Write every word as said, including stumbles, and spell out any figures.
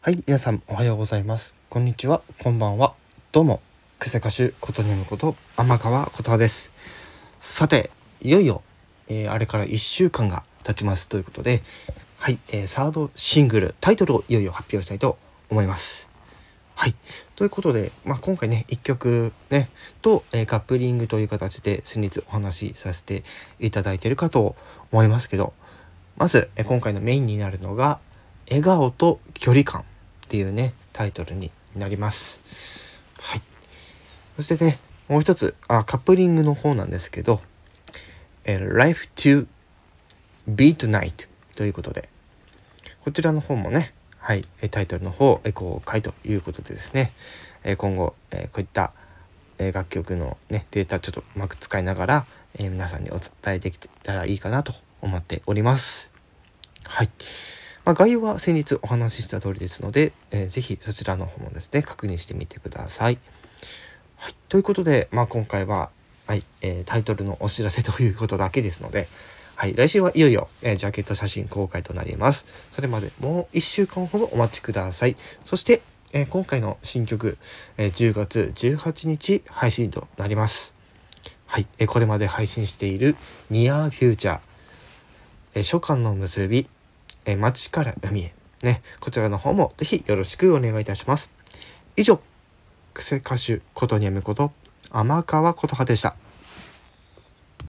はい、皆さんおはようございます。こんにちは、こんばんは。どうも、クセ歌手ことにむこと天川琴葉です。さて、いよいよ、えーあれからいっしゅうかんが経ちますということで、はい、えーサードシングルタイトルをいよいよ発表したいと思います。はい、ということで、まあ、今回ねいっきょくねと、えーカップリングという形で先日お話しさせていただいているかと思いますけど、まず、えー今回のメインになるのが笑顔と距離感っていうねタイトルになります。はい。そしてね、もう一つあカップリングの方なんですけど、えー Life to be tonight ということで、こちらの方もね、はい、タイトルの方エコー回ということでですね、えー今後、えーこういったえー楽曲のねデータちょっとうまく使いながら、えー皆さんにお伝えできたらいいかなと思っております。はい。まあ、概要は先日お話しした通りですので、えー、ぜひそちらの方もですね確認してみてください。はい、ということで、まあ、今回は、はいえータイトルのお知らせということだけですので、はい、来週はいよいよ、えージャケット写真公開となります。それまでもういっしゅうかんほどお待ちください。そして、えー今回の新曲、えーじゅうがつじゅうはちにち配信となります。はい、えーこれまで配信している Near Future、えー初夏の結び、えー街から海へね、こちらの方もぜひよろしくお願いいたします。以上、クセ歌手ことにゃむこと天川琴葉でした。